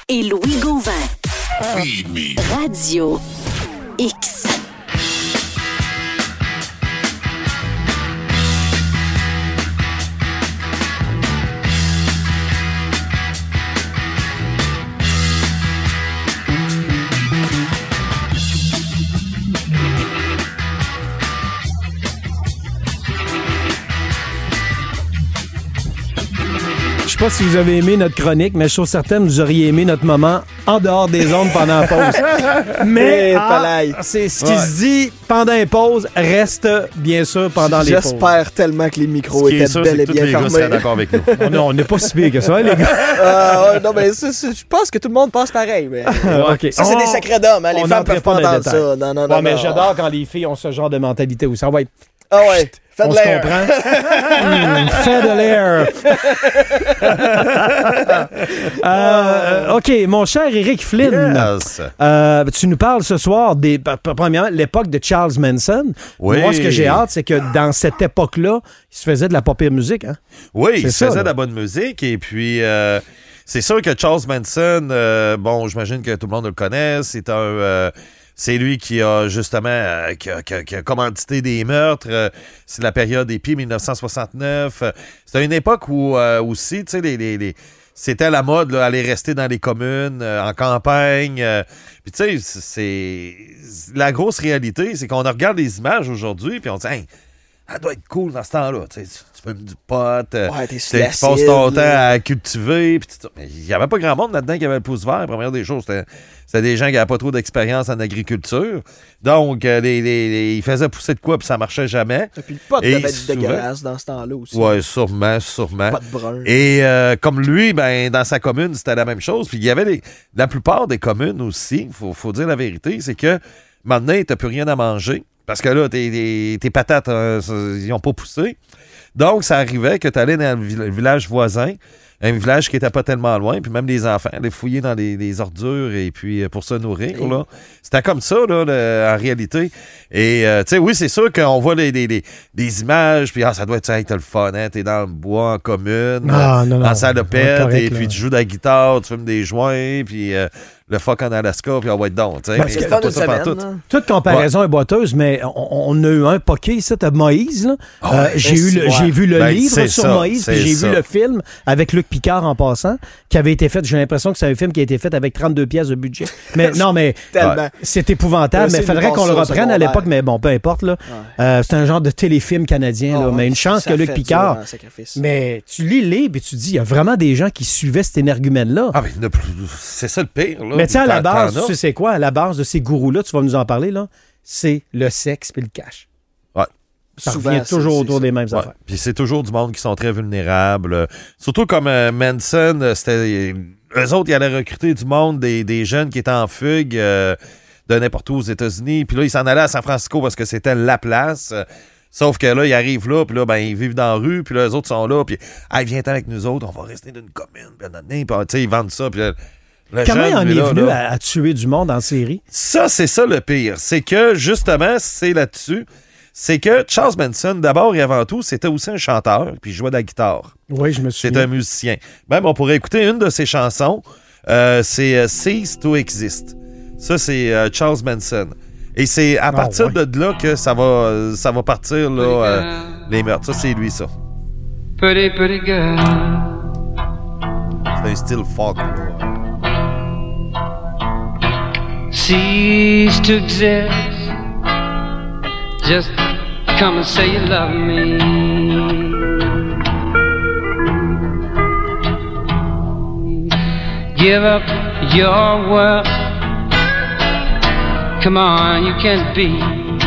et Louis Gauvin. Feed me. Radio X. Je sais pas si vous avez aimé notre chronique, mais je suis certain que vous auriez aimé notre moment en dehors des ondes pendant la pause. Mais c'est ce qui se dit pendant les pauses reste bien sûr pendant les pauses. J'espère tellement que les micros étaient bel et bien fermés. Seraient d'accord avec nous. Non, on n'est pas si pire que ça, les gars. Non, mais je pense que tout le monde pense pareil. Mais... Okay. Ça, c'est des secrets d'hommes. Hein? Les femmes peuvent pas entendre ça. Non, mais j'adore quand les filles ont ce genre de mentalité où ça va être... Ah ouais. Fais de l'air. On se comprend. Fais de l'air. OK, mon cher Eric Flynn. Yes. Tu nous parles ce soir premièrement, l'époque de Charles Manson. Oui. Moi, ce que j'ai hâte, c'est que dans cette époque-là, il se faisait de la pas pire musique. Hein? Oui, il se faisait là. de la bonne musique. Et puis, c'est sûr que Charles Manson, bon, j'imagine que tout le monde le connaît. C'est lui qui a justement qui a commandité des meurtres. C'est la période épis 1969. C'était une époque où aussi, tu sais, c'était la mode, là, aller rester dans les communes, en campagne. Puis tu sais, c'est la grosse réalité, c'est qu'on regarde les images aujourd'hui, puis on dit, hey, ça doit être cool dans ce temps-là. Tu fumes du pot, tu passes ton temps à cultiver. Mais il n'y avait pas grand monde là-dedans qui avait le pouce vert. Première des choses, c'était des gens qui n'avaient pas trop d'expérience en agriculture. Donc, ils faisaient pousser de quoi, puis ça marchait jamais. Et puis le pot devait être dégueulasse dans ce temps-là aussi. Oui, sûrement. Pot de brun. Et comme lui, ben dans sa commune, c'était la même chose. Puis il y avait la plupart des communes aussi, faut dire la vérité, c'est que maintenant, tu n'as plus rien à manger. Parce que là, tes patates, ils n'ont pas poussé. Donc, ça arrivait que tu allais dans le village voisin, un village qui n'était pas tellement loin, puis même les enfants allaient fouiller dans les ordures et puis pour se nourrir. Là. C'était comme ça, là, en réalité. Et, tu sais, oui, c'est sûr qu'on voit des images, puis ça doit être le fun, hein? T'es dans le bois en commune, en salopette, et puis tu joues de la guitare, tu fumes des joints, puis... le fuck en Alaska, puis on va être donc. C'est le fun d'une semaine. Toute comparaison est boiteuse, mais on a eu un poké ici de Moïse. Là. J'ai vu le livre sur Moïse, puis j'ai vu le film avec Luc Picard en passant, qui avait été fait, j'ai l'impression que c'est un film qui a été fait avec 32 pièces de budget. Mais non, mais c'est épouvantable, mais il faudrait qu'on le reprenne à l'époque, mais bon, peu importe. Là. C'est un genre de téléfilm canadien, là, mais une chance que Luc Picard... Mais tu lis le livre et tu dis, il y a vraiment des gens qui suivaient cet énergumène-là. Ah, mais c'est ça le pire, là. Mais tu sais, à la base, tu sais c'est quoi? À la base de ces gourous-là, tu vas nous en parler, là, c'est le sexe et le cash. Ouais. Ça revient toujours autour des mêmes affaires. Puis c'est toujours du monde qui sont très vulnérables. Surtout comme Manson, eux autres, ils allaient recruter du monde, des jeunes qui étaient en fugue de n'importe où aux États-Unis. Puis là, ils s'en allaient à San Francisco parce que c'était la place. Sauf que là, ils arrivent là, puis là, ben, ils vivent dans la rue, puis là, eux autres sont là, puis viens-t'en avec nous autres, on va rester dans une commune, puis tu sais, ils vendent ça, puis comment il en est venu à tuer du monde en série? Ça, c'est ça le pire. C'est que, justement, c'est là-dessus. C'est que Charles Manson, d'abord et avant tout, c'était aussi un chanteur, puis il jouait de la guitare. Oui, je me souviens. C'est un musicien. Même, on pourrait écouter une de ses chansons. C'est Cease to Exist. Ça, c'est Charles Manson. Et c'est à partir de là que ça va partir, là, les meurtres. Ça, c'est lui, ça. Pretty girl. C'est un style folk, là. Cease to exist. Just come and say you love me. Give up your world. Come on, you can't be.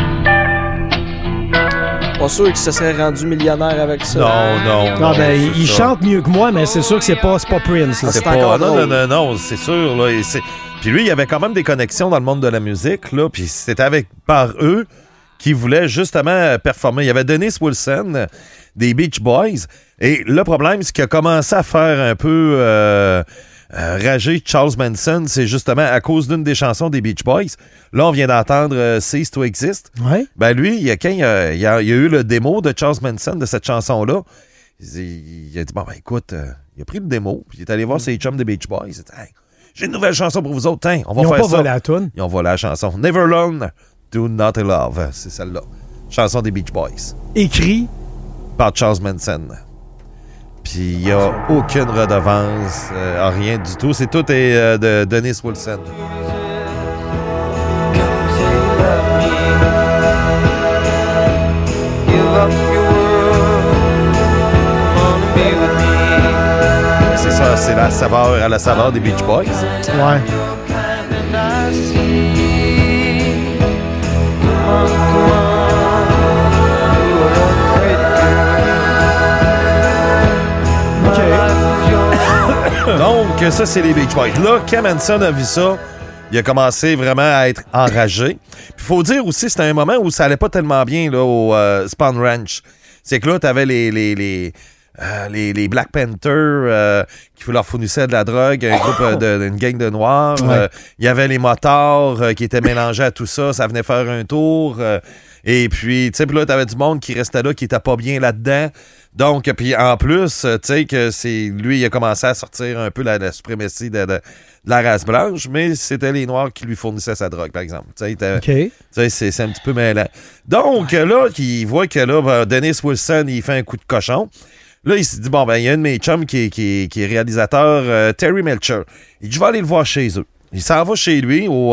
Pas sûr qu'il se serait rendu millionnaire avec ça. Non. Ben, il chante mieux que moi, mais c'est sûr que c'est pas Prince. C'est pas. Non, c'est sûr. Là, puis lui, il avait quand même des connexions dans le monde de la musique, là. Puis c'était par eux qui voulaient justement performer. Il y avait Dennis Wilson des Beach Boys. Et le problème, c'est qu'il a commencé à faire un peu rager Charles Manson, c'est justement à cause d'une des chansons des Beach Boys. Là, on vient d'entendre Cease to Exist. Ouais. Ben lui, il y a eu le démo de Charles Manson de cette chanson-là. Il a dit, bon, ben écoute, il a pris le démo, puis il est allé voir ses chums des Beach Boys. Il a dit, hey, j'ai une nouvelle chanson pour vous autres. Tiens, on va Ils faire ont pas ça. volé la toune. Ils ont volé la chanson. Never Alone, Do Not Love. C'est celle-là. Chanson des Beach Boys. Écrit par Charles Manson. Puis il n'y a aucune redevance, rien du tout. C'est tout de Dennis Wilson. C'est ça, c'est la saveur à la saveur des Beach Boys. Ouais. Donc, ça, c'est les Beach Boys. Là, Cam Hansen a vu ça. Il a commencé vraiment à être enragé. Il faut dire aussi, c'était un moment où ça allait pas tellement bien là, au Spawn Ranch. C'est que là, tu avais les Black Panthers qui leur fournissaient de la drogue, un groupe une gang de noirs. Il y avait les motards qui étaient mélangés à tout ça. Ça venait faire un tour. Et puis, tu sais, là, t'avais du monde qui restait là, qui était pas bien là-dedans. Donc, puis en plus, tu sais, que c'est lui, il a commencé à sortir un peu la suprématie de la race blanche, mais c'était les Noirs qui lui fournissaient sa drogue, par exemple. Tu sais, c'est un petit peu mêlant. Donc, là, il voit que là, Dennis Wilson, il fait un coup de cochon. Là, il se dit, bon, ben, il y a un de mes chums qui est réalisateur, Terry Melcher. Il dit, je vais aller le voir chez eux. Il s'en va chez lui au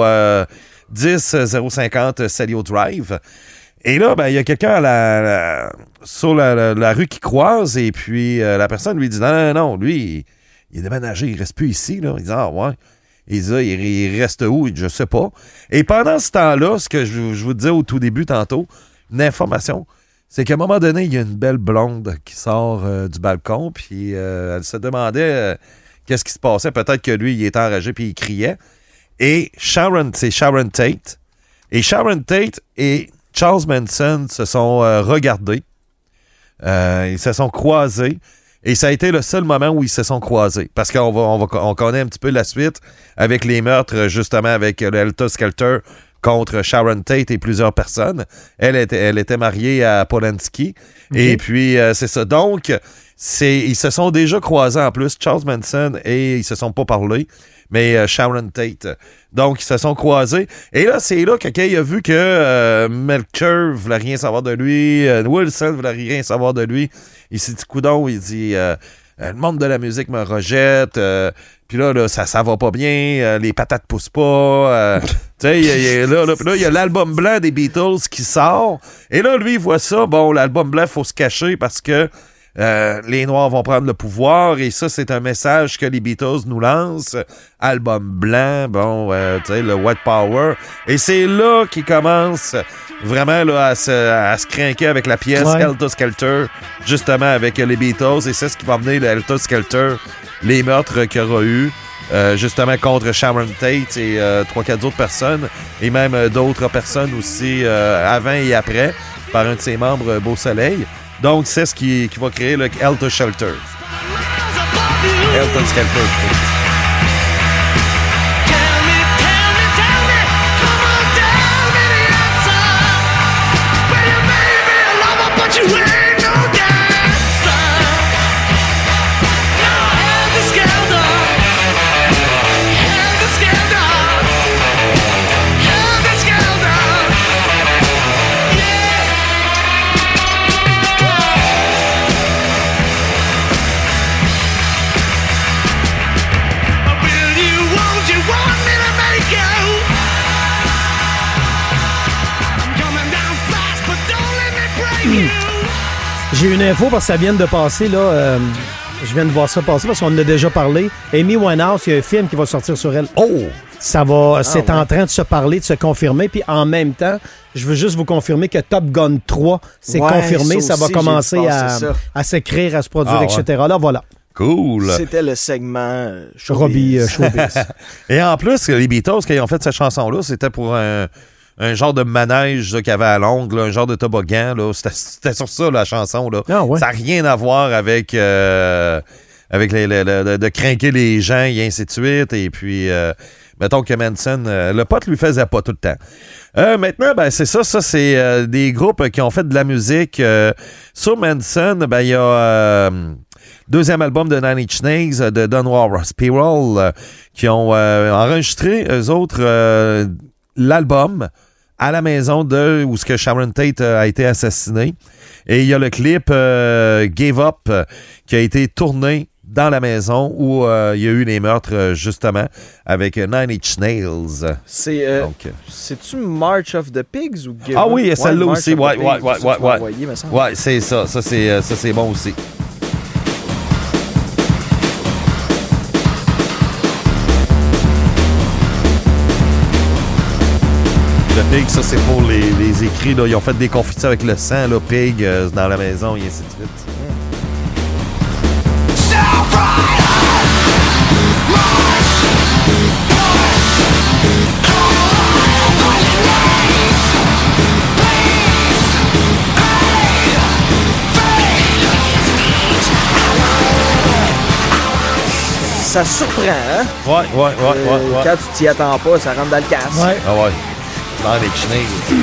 10-050 Salio Drive. Et là, ben, il y a quelqu'un sur la rue qui croise, et puis la personne lui dit, non, lui, il est déménagé, il reste plus ici, là. Il dit, ah, ouais. Il dit, il reste où? Il dit, je sais pas. Et pendant ce temps-là, ce que je vous disais au tout début, tantôt, une information, c'est qu'à un moment donné, il y a une belle blonde qui sort du balcon, puis elle se demandait qu'est-ce qui se passait. Peut-être que lui, il était enragé, puis il criait. Et c'est Sharon Tate. Et Sharon Tate et Charles Manson se sont regardés. Ils se sont croisés. Et ça a été le seul moment où ils se sont croisés. Parce qu'on connaît un petit peu la suite avec les meurtres, justement, avec Helter Skelter contre Sharon Tate et plusieurs personnes. Elle était mariée à Polanski. Okay. Et puis, c'est ça. Donc, ils se sont déjà croisés en plus, Charles Manson, et ils se sont pas parlé. Mais Sharon Tate. Donc, ils se sont croisés. Et là, c'est là que quand il a vu que Melcher voulait rien savoir de lui, Wilson voulait rien savoir de lui, il s'est dit, coudon, il dit, le monde de la musique me rejette, puis là, ça va pas bien, les patates poussent pas. Tu sais, là, il y a l'album blanc des Beatles qui sort. Et là, lui, il voit ça. Bon, l'album blanc, il faut se cacher parce que les Noirs vont prendre le pouvoir, et ça, c'est un message que les Beatles nous lancent. Album blanc, bon, tu sais, le White Power. Et c'est là qu'ils commencent vraiment là, à se crinquer avec la pièce Helter Skelter, justement avec les Beatles. Et c'est ce qui va amener le Helter Skelter, les meurtres qu'il y aura eu, justement contre Sharon Tate et 3-4 autres personnes, et même d'autres personnes aussi avant et après, par un de ses membres, Beau Soleil. Donc, c'est ce qui va créer le Helter Skelter. Helter Skelter. J'ai une info parce que ça vient de passer, là. Je viens de voir ça passer parce qu'on en a déjà parlé. Amy Winehouse, il y a un film qui va sortir sur elle. Oh! Ça va, c'est en train de se parler, de se confirmer. Puis en même temps, je veux juste vous confirmer que Top Gun 3, c'est confirmé. Ça va commencer à s'écrire, à se produire, etc. Là, voilà. Cool. C'était le segment Showbiz. Et en plus, les Beatles, quand ils ont fait cette chanson-là, c'était pour un genre de manège qu'il y avait à Londres, là, un genre de toboggan. Là. C'était sur ça, la chanson. Là. Ah, ouais. Ça n'a rien à voir avec de craquer les gens et ainsi de suite. Et puis, mettons que Manson, le pote lui faisait pas tout le temps. Maintenant, ben c'est ça. Ça, c'est des groupes qui ont fait de la musique. Sur Manson, ben il y a deuxième album de Nine Inch Nails, de Dunwar Spiral, qui ont enregistré, eux autres, l'album à la maison où ce que Sharon Tate a été assassinée. Et il y a le clip Give Up qui a été tourné dans la maison où il y a eu les meurtres, justement, avec Nine Inch Nails. C'est-tu March of the Pigs ou Give Up? Ah oui, il y a celle-là aussi. Ouais, c'est ça. Ça, c'est bon aussi. Le Pig, ça, c'est pour les écrits. Là. Ils ont fait des confettis avec le sang, là, Pig, dans la maison, et ainsi de suite. Ça surprend, hein? Ouais. Quand tu t'y attends pas, ça rentre dans le casse. Ouais. Ah ouais. Dans les chenilles.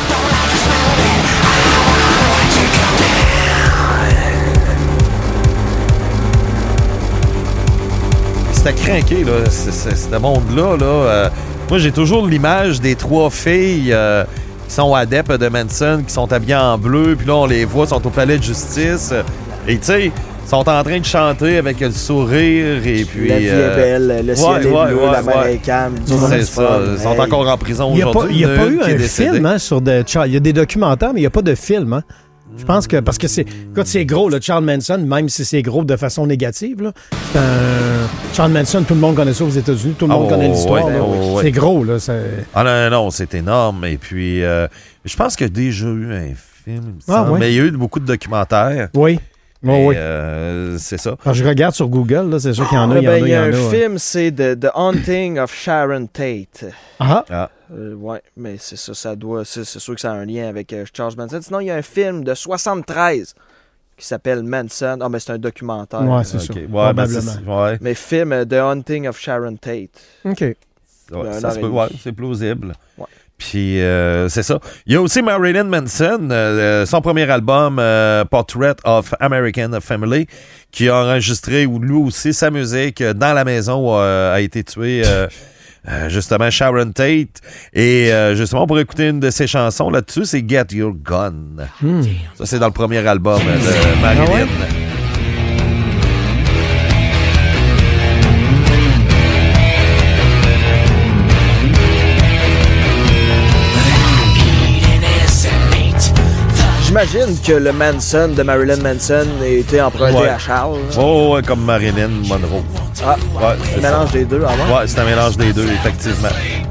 C'était craqué, là, ce monde-là. Là. Moi, j'ai toujours l'image des trois filles qui sont adeptes de Manson, qui sont habillées en bleu, puis là, on les voit, sont au palais de justice. Et tu sais, sont en train de chanter avec le sourire et puis... La vie est belle, le ciel est bleu, la mer est calme. C'est ça, ils sont encore en prison aujourd'hui. Il n'y a pas eu un film sur il y a des documentaires, mais il n'y a pas de film. Hein? Je pense que, parce que c'est gros, là, Charles Manson, même si c'est gros de façon négative, là, Charles Manson, tout le monde connaît ça aux États-Unis, tout le monde connaît l'histoire. C'est gros, là. Non, c'est énorme. Et puis, je pense qu'il y a déjà eu un film, mais il y a eu beaucoup de documentaires. Oui. Oui. C'est ça. Alors, je regarde sur Google, là, c'est sûr qu'il y en a. Il y a un film, c'est The Haunting of Sharon Tate. Ouais, mais c'est ça, c'est sûr que ça a un lien avec Charles Manson. Sinon, il y a un film de 73 qui s'appelle Manson. Ah, mais c'est un documentaire. Ouais, c'est ça. Probablement. Mais film The Haunting of Sharon Tate. OK. C'est plausible. Ouais. Puis, c'est ça. Il y a aussi Marilyn Manson, son premier album, Portrait of American Family, qui a enregistré, lui aussi, sa musique dans la maison où a été tué, justement, Sharon Tate. Et justement, pour écouter une de ses chansons là-dessus, c'est Get Your Gun. Ça, c'est dans le premier album de Marilyn. Ah ouais? J'imagine que le Manson de Marilyn Manson a été emprunté à Charles. Oh, ouais, comme Marilyn Monroe. Ah, ouais, c'est un mélange des deux, avant. Ouais, c'est un mélange des deux, effectivement.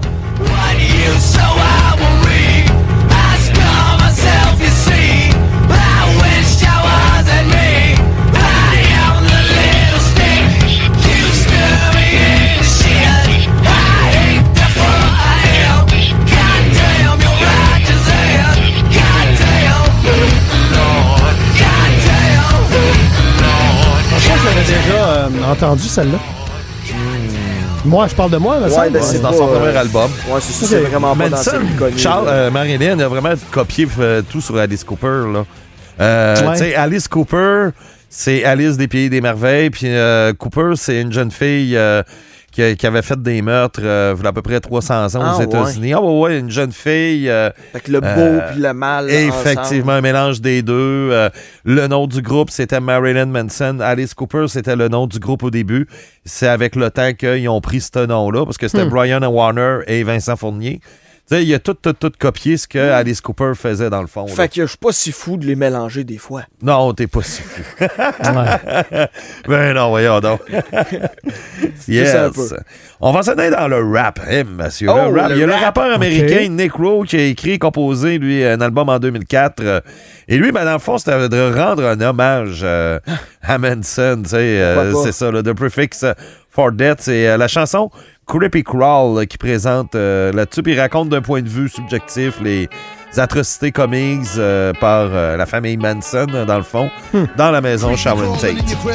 J'avais déjà entendu celle-là. Moi, je parle de moi, là, c'est dans son premier album. Ouais, c'est ça, c'est vraiment pas dans celle connue. Charles, Marilyn a vraiment copié tout sur Alice Cooper, là. Tu sais, Alice Cooper, c'est Alice des Pays des Merveilles, puis Cooper, c'est une jeune fille qui avait fait des meurtres il y a à peu près 300 ans aux États-Unis. Ah ouais, une jeune fille. Fait que le beau puis le mal. Effectivement, un mélange des deux. Le nom du groupe, c'était Marilyn Manson. Alice Cooper, c'était le nom du groupe au début. C'est avec le temps qu'ils ont pris ce nom-là, parce que c'était Brian Warner et Vincent Fournier. Tu sais, il a tout copié ce que Alice Cooper faisait dans le fond. Fait que je suis pas si fou de les mélanger des fois. Non, t'es pas si fou. Ben non, voyons donc. Yes. On va s'en aller dans le rap, monsieur. Le rap. Il y a le rappeur américain Nick Rowe qui a écrit et composé, lui, un album en 2004. Et lui, ben, dans le fond, c'était de rendre un hommage à Manson. C'est ça, The Prefix for Death. C'est la chanson Creepy Crawl qui présente là-dessus. Puis il raconte d'un point de vue subjectif atrocités commises par la famille Manson, dans le fond, dans la maison Sharon Tate.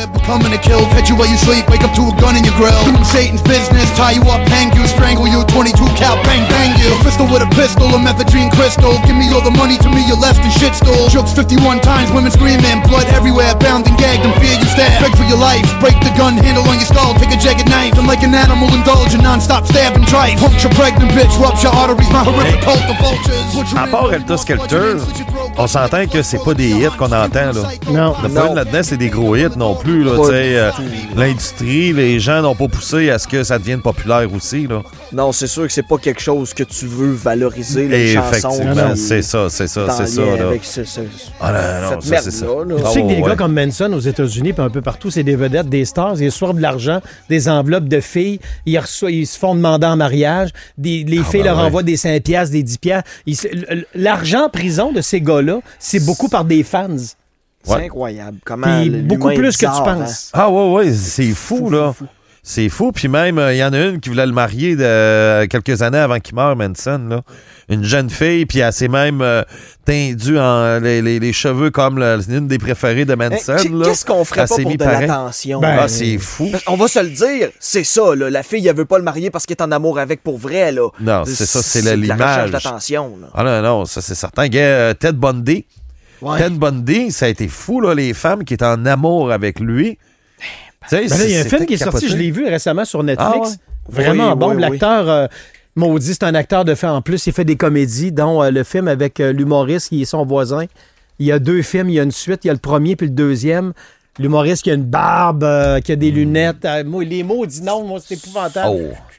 À part Helter Skelter, on s'entend que c'est pas des hits qu'on entend, là. Non. Le problème là-dedans, c'est des gros hits non plus, là. L'industrie, les gens n'ont pas poussé à ce que ça devienne populaire aussi, là. Non, c'est sûr que c'est pas quelque chose que tu veux valoriser, les chansons. Effectivement, c'est ça, là. Avec cette merde-là. Tu sais que des gars comme Manson aux États-Unis puis un peu partout, c'est des vedettes, des stars, ils reçoivent de l'argent, des enveloppes de filles, ils se font demander en mariage, les filles leur envoient des 5$, des 10$. L'argent en prison de ces gars-là, c'est beaucoup par des fans. C'est incroyable. Comment beaucoup plus que tu penses. Ah ouais, c'est fou, là. C'est fou. Puis même, il y en a une qui voulait le marier quelques années avant qu'il meure, Manson, là. Une jeune fille, puis elle s'est même teindue en les cheveux comme une des préférées de Manson. Qu'est-ce qu'on ferait pas pour de l'attention? C'est fou. On va se le dire, c'est ça, là. La fille, elle veut pas le marier parce qu'elle est en amour avec pour vrai, là. Non, c'est ça, c'est l'image. La recherche d'attention, là. Ah non, ça c'est certain. Ted Bundy. Ouais. Ted Bundy, ça a été fou, là, les femmes qui étaient en amour avec lui. Il y a un film qui est sorti, je l'ai vu récemment sur Netflix. Vraiment bon. L'acteur, maudit, c'est un acteur de fait en plus. Il fait des comédies, dont le film avec l'humoriste qui est son voisin. Il y a 2 films, il y a une suite. Il y a le premier puis le deuxième. L'humoriste qui a une barbe, qui a des lunettes. Les mots disent non, moi, c'est épouvantable.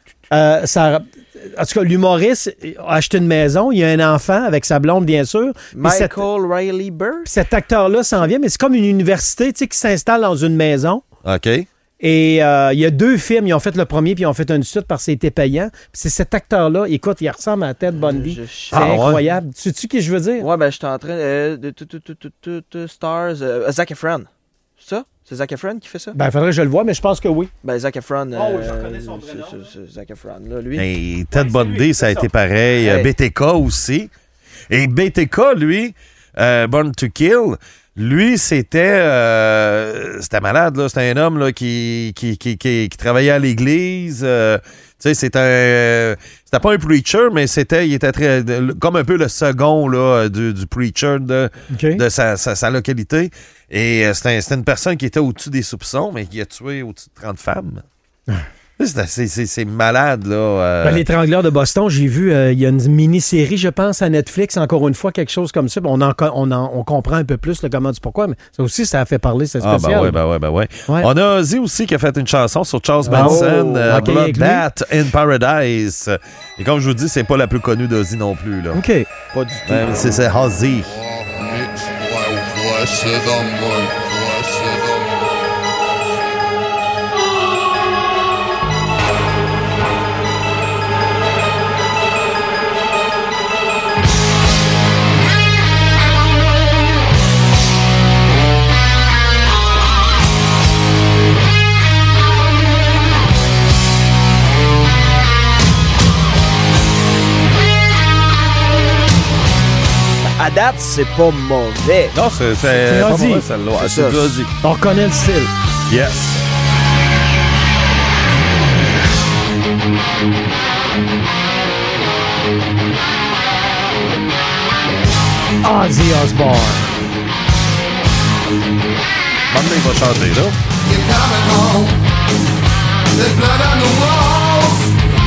En tout cas, l'humoriste a acheté une maison. Il y a un enfant avec sa blonde, bien sûr. Michael Riley Burr. Cet acteur-là s'en vient, mais c'est comme une université qui s'installe dans une maison. OK. Et il y a 2 films. Ils ont fait le premier, puis ils ont fait une suite parce que c'était payant. Puis c'est cet acteur-là, écoute, il ressemble à Ted Bundy. C'est incroyable. Sais-tu qui je veux dire? Ouais, j'étais en train de Stars. Zac Efron. C'est ça? C'est Zac Efron qui fait ça? Faudrait que je le voie, mais je pense que oui. Zac Efron. Je reconnais son prénom. Zac Efron, là, lui. Et Ted Bundy, ça a été pareil. BTK aussi. Et BTK, lui, Born to Kill, lui, c'était malade, là. C'était un homme là, qui travaillait à l'église. C'était pas un preacher, mais il était très comme un peu le second là, du preacher de sa localité. Et c'était une personne qui était au-dessus des soupçons, mais qui a tué au-dessus de 30 femmes. C'est malade, là. L'étrangleur de Boston, j'ai vu, il y a une mini-série, je pense, à Netflix, encore une fois, quelque chose comme ça. On comprend un peu plus le comment du pourquoi, mais ça aussi, ça a fait parler, c'est spécial. Ouais. On a Ozzy aussi qui a fait une chanson sur Charles Manson, Bloodbath in Paradise. Et comme je vous dis, c'est pas la plus connue d'Ozzy non plus, là. OK. Pas du tout. C'est Ozzy. À date, c'est pas mauvais. Non, c'est pas mauvais, celle-là. C'est Ozzy. On reconnaît le style. Yes. Ozzy Osbourne. Maintenant, il va chanter, là. You're coming home. There's blood on the walls.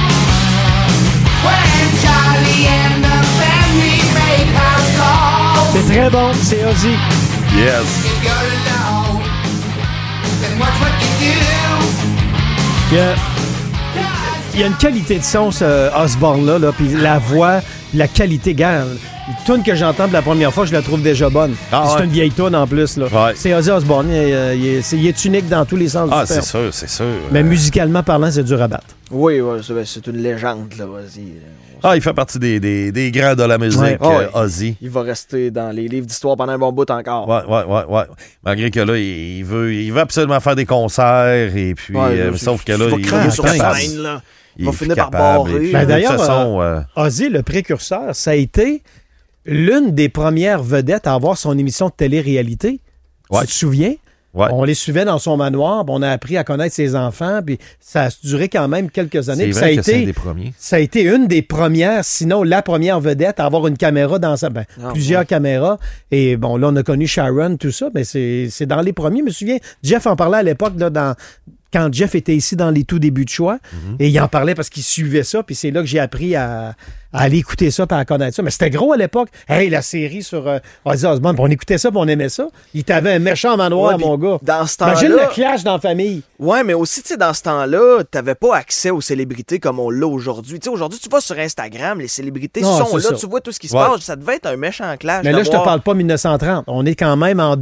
When Charlie and the family make house calls. C'est très bon, c'est Ozzy. Yes. You go alone. Then watch what you do. Il y a une qualité de son, ce Osbourne-là, là, puis la voix, la qualité, garde. La tune que j'entends pour la première fois, je la trouve déjà bonne. C'est une vieille tune en plus. Là. Ouais. C'est Ozzy Osbourne. Il est unique dans tous les sens du terme. c'est sûr. Mais musicalement parlant, c'est dur à battre. Oui, c'est une légende, là, Ozzy. Il fait partie des grands de la musique, Ozzy. Il va rester dans les livres d'histoire pendant un bon bout encore. Ouais. Malgré que là, il veut absolument faire des concerts, et puis, sauf que là, il va craquer sur scène, là. Il va finir par barrer. D'ailleurs, Ozzy, le précurseur, ça a été l'une des premières vedettes à avoir son émission de télé-réalité. Ouais. Tu te souviens? Ouais. On les suivait dans son manoir, puis on a appris à connaître ses enfants, puis ça a duré quand même quelques années. C'est vrai que c'est un des premiers. Ça a été une des premières, sinon la première vedette à avoir une caméra dans sa... plusieurs caméras. Et bon, là, on a connu Sharon, tout ça, mais c'est dans les premiers. Je me souviens, Jeff en parlait à l'époque, là, quand Jeff était ici dans les tout débuts de choix, et il en parlait parce qu'il suivait ça, puis c'est là que j'ai appris à aller écouter ça, puis à connaître ça. Mais c'était gros à l'époque. Hey, la série sur Ozzy Osbourne, on écoutait ça, puis on aimait ça. Il t'avait un méchant manoir, mon gars. Dans ce temps-là... Imagine le clash dans la famille. Ouais, mais aussi, tu sais, dans ce temps-là, t'avais pas accès aux célébrités comme on l'a aujourd'hui. Tu sais, aujourd'hui, tu vas sur Instagram, les célébrités sont là, tu vois tout ce qui se passe. Ça devait être un méchant clash. Mais là, je te parle pas 1930. On est quand même en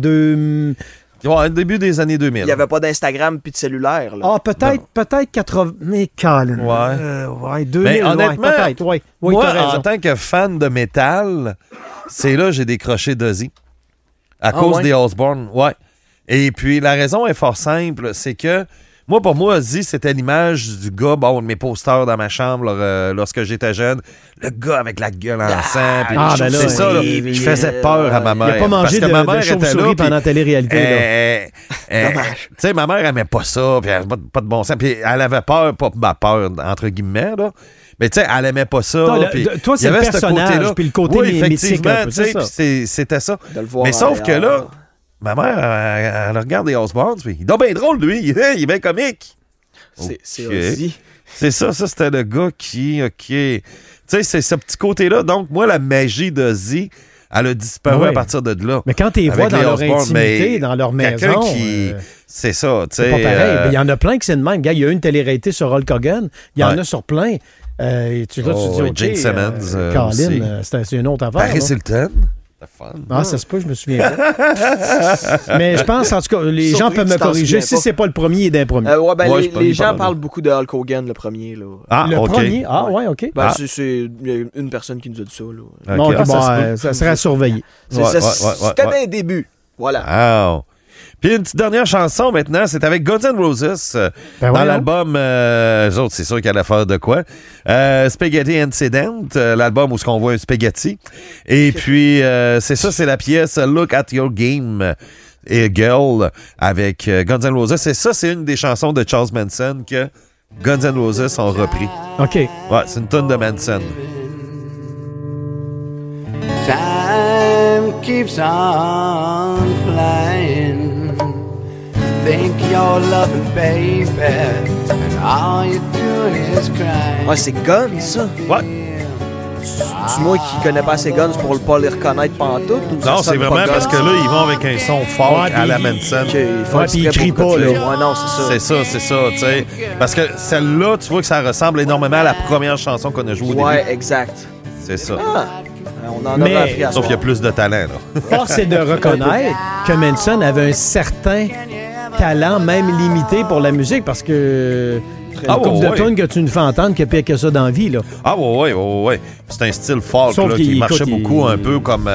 début des années 2000. Il n'y avait pas d'Instagram puis de cellulaire. Là. Ah, peut-être 80... Mais Colin. Ouais. 2000, mais honnêtement, peut-être, ouais. Oui, moi, t'as raison. en tant que fan de métal, c'est là que j'ai décroché d'Ozzy. À cause des Osbourne, ouais. Et puis, la raison est fort simple, c'est que pour moi, Ozzy, c'était l'image du gars, de mes posters dans ma chambre lorsque j'étais jeune. Le gars avec la gueule en sang. C'est ça, là. Je faisais peur à ma mère. Il n'a pas mangé de chauve-souris pendant la télé-réalité. Tu sais, ma mère n'aimait pas ça, puis elle n'avait pas de bon sens. Puis elle avait peur, pas peur, entre guillemets, là. Mais tu sais, elle aimait pas ça. Toi, c'est le personnage, puis le côté mythique. C'était ça. Mais sauf que là... Ma mère, elle regarde les Osbourne, puis il est bien drôle, lui. Il est bien comique. C'est Ozzy. C'est ça, c'était le gars qui... Tu sais, c'est ce petit côté-là. Donc, moi, la magie d'Ozzy, elle a disparu à partir de là. Mais quand tu les vois dans leur intimité, dans leur maison... c'est ça, tu sais... C'est pas pareil. Il y en a plein qui c'est de même. Il y a eu une télé-réalité sur Hulk Hogan. Il y en a sur plein. Tu dis, Jane Simmons. Colin, c'est une autre affaire. Paris Hilton. Ça se peut, je me souviens pas. Mais je pense, en tout cas, les gens peuvent me corriger. Si c'est pas le premier, il est d'un premier. Les gens parlent beaucoup de Hulk Hogan, le premier. Là. Le premier? OK. C'est une personne qui nous a dit ça. Là. Okay, ça serait à surveiller. C'était un début. Voilà. Wow. Puis une petite dernière chanson maintenant, c'est avec Guns N' Roses dans l'album, eux autres, c'est sûr qu'elle a l'affaire de quoi. Spaghetti Incident, l'album où on voit un spaghetti. Et puis, c'est ça, c'est la pièce Look at Your Game et Girl avec Guns N' Roses. Et ça, c'est une des chansons de Charles Manson que Guns N' Roses ont repris. OK. Ouais, c'est une tonne de Manson. Time keeps on flying. Think you're loving, baby, and all you're doing is crying. Ouais, c'est Guns, ça. Ouais. C'est moi qui connais pas assez Guns pour pas les reconnaître pantoute? Non, c'est vraiment parce que là, ils vont avec un son fort à la Manson. Puis ils crient pas, là. Ouais, non, c'est ça. C'est ça, tu sais. Parce que celle-là, tu vois que ça ressemble énormément à la première chanson qu'on a jouée au début. Ouais, exact. C'est ça. On en a appris à ça. Sauf qu'il y a plus de talent, là. Force est de reconnaître que Manson avait un certain talent, même limité pour la musique, parce que une couple de tunes que tu nous fais entendre qu'il y a pire que ça dans la vie, là. Ouais. C'est un style folk là, qui marchait beaucoup, un peu comme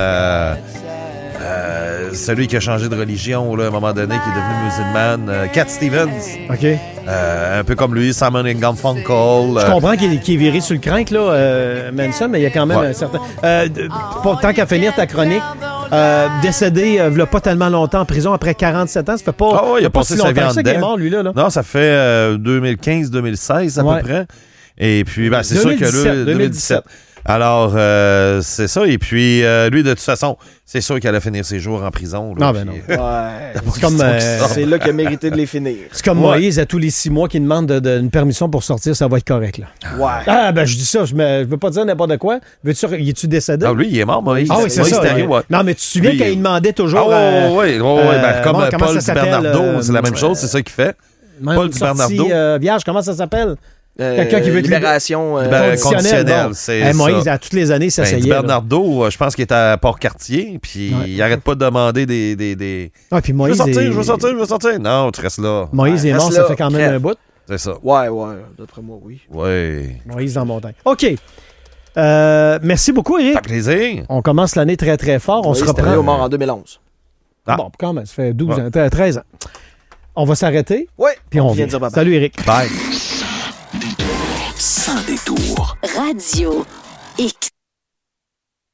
celui qui a changé de religion là, à un moment donné, qui est devenu musulman, Cat Stevens. OK. Un peu comme lui, Simon & Garfunkel. Je comprends qu'il est viré sur le crinque, là, Manson, mais il y a quand même un certain... tant qu'à finir ta chronique, décédé il n'y a pas tellement longtemps en prison, après 47 ans, ça fait pas, il a passé si longtemps sa vie en que ça qu'il est mort, lui, là. Non, ça fait 2015-2016 à peu près. Et puis, c'est sûr que lui, 2017. Alors, c'est ça. Et puis, lui, de toute façon, c'est sûr qu'il allait finir ses jours en prison. Là, non. C'est comme, c'est là qu'il a mérité de les finir. C'est comme Moïse, à tous les 6 mois, qui demande une permission pour sortir, ça va être correct, là. Ouais. Je dis ça, je veux pas dire n'importe quoi. Es-tu décédé? Lui, il est mort, Moïse. Oui, c'est ça. Non, mais tu te souviens quand il demandait toujours... comme Paul Di Bernardo, c'est la même chose, c'est ça qu'il fait. Paul Di Bernardo. Vierge, comment ça s'appelle? Quelqu'un qui veut libération conditionnelle. C'est Moïse, à toutes les années, ça s'essayait. Di Bernardo, je pense qu'il est à Port-Cartier, puis il arrête pas de demander des... puis Moïse je veux sortir. Non, tu restes là. Moïse est mort, ça fait quand même un bout. C'est ça. Ouais, d'après moi, oui. Ouais. Moïse dans la montagne. OK. Merci beaucoup, Éric. Ça fait plaisir. On commence l'année très, très fort. On se reprend. Au mort en 2011. Bon, quand même, ça fait 12 ans, 13 ans. On va s'arrêter. Oui. Puis on vient. Salut, Éric. Bye. Sans détour. Radio X.